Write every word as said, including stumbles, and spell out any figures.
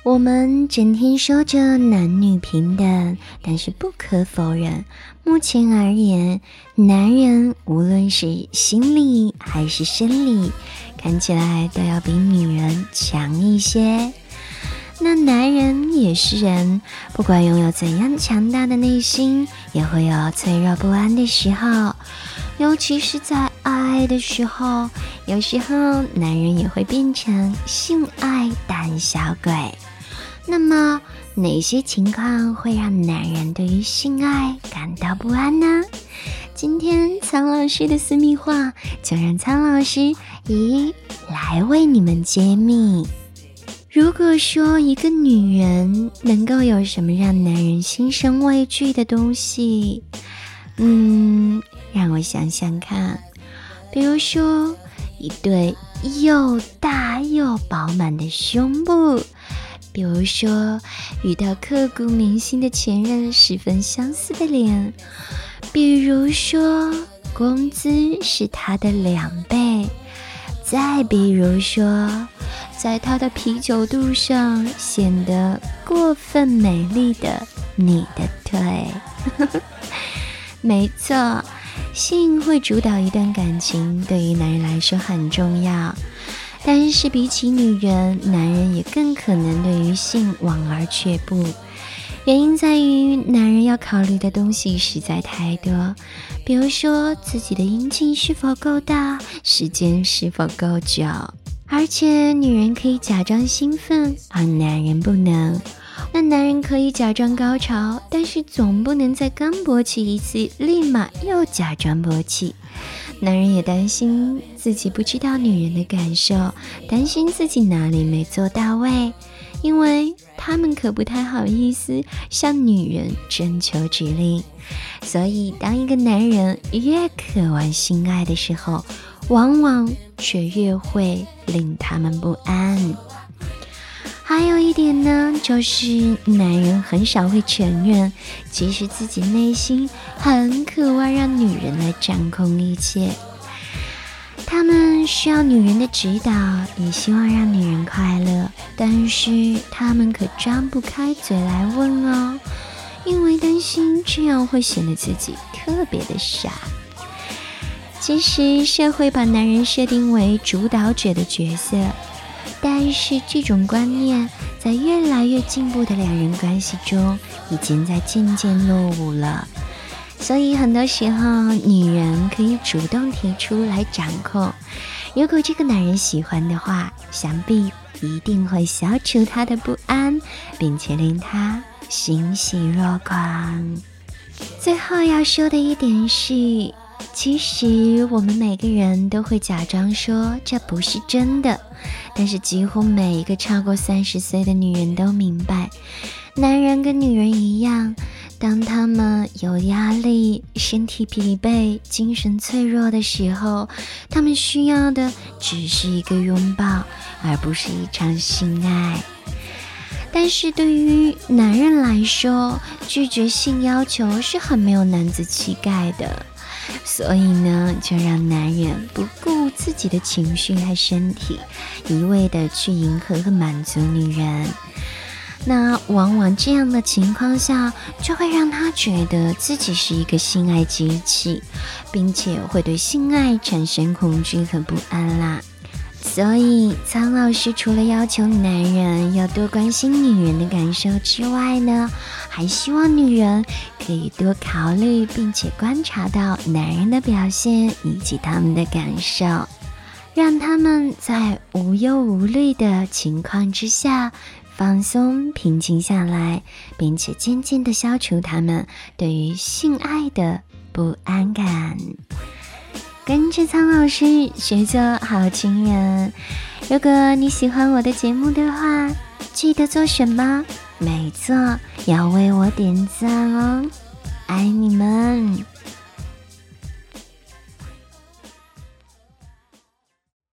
我们整天说着男女平等，但是不可否认，目前而言，男人无论是心理还是生理，看起来都要比女人强一些。那男人也是人，不管拥有怎样强大的内心，也会有脆弱不安的时候，尤其是在爱的时候，有时候男人也会变成性爱胆小鬼。那么哪些情况会让男人对于性爱感到不安呢？今天苍老师的私密话就让苍老师一来为你们揭秘。如果说一个女人能够有什么让男人心生畏惧的东西，嗯，让我想想看，比如说一对又大又饱满的胸部，比如说与到刻骨铭心的前任十分相似的脸，比如说工资是他的两倍，再比如说在他的啤酒肚上显得过分美丽的你的腿。没错，性会主导一段感情，对于男人来说很重要，但是比起女人，男人也更可能对于性望而却步。原因在于男人要考虑的东西实在太多，比如说自己的阴茎是否够大，时间是否够久，而且女人可以假装兴奋，而男人不能。那男人可以假装高潮，但是总不能在刚勃起一次立马又假装勃起。男人也担心自己不知道女人的感受，担心自己哪里没做到位，因为他们可不太好意思向女人征求指令。所以当一个男人越渴望性爱的时候，往往却越会令他们不安。还有一点呢，就是男人很少会承认，其实自己内心很渴望让女人来掌控一切。他们需要女人的指导，也希望让女人快乐，但是他们可张不开嘴来问哦，因为担心这样会显得自己特别的傻。其实社会把男人设定为主导者的角色，但是这种观念在越来越进步的两人关系中已经在渐渐落伍了。所以很多时候女人可以主动提出来掌控，如果这个男人喜欢的话，想必一定会消除他的不安，并且令他欣喜若狂。最后要说的一点是，其实我们每个人都会假装说这不是真的，但是几乎每一个超过三十岁的女人都明白，男人跟女人一样，当他们有压力、身体疲惫、精神脆弱的时候，他们需要的只是一个拥抱，而不是一场性爱。但是对于男人来说，拒绝性要求是很没有男子气概的，所以呢，就让男人不顾自己的情绪和身体，一味的去迎合和满足女人。那往往这样的情况下，就会让他觉得自己是一个性爱机器，并且会对性爱产生恐惧和不安啦。所以苍老师除了要求男人要多关心女人的感受之外呢，还希望女人可以多考虑并且观察到男人的表现以及他们的感受，让他们在无忧无虑的情况之下放松平静下来，并且渐渐地消除他们对于性爱的不安感。跟着苍老师学做好情人。如果你喜欢我的节目的话，记得做什么？没错，要为我点赞哦，爱你们。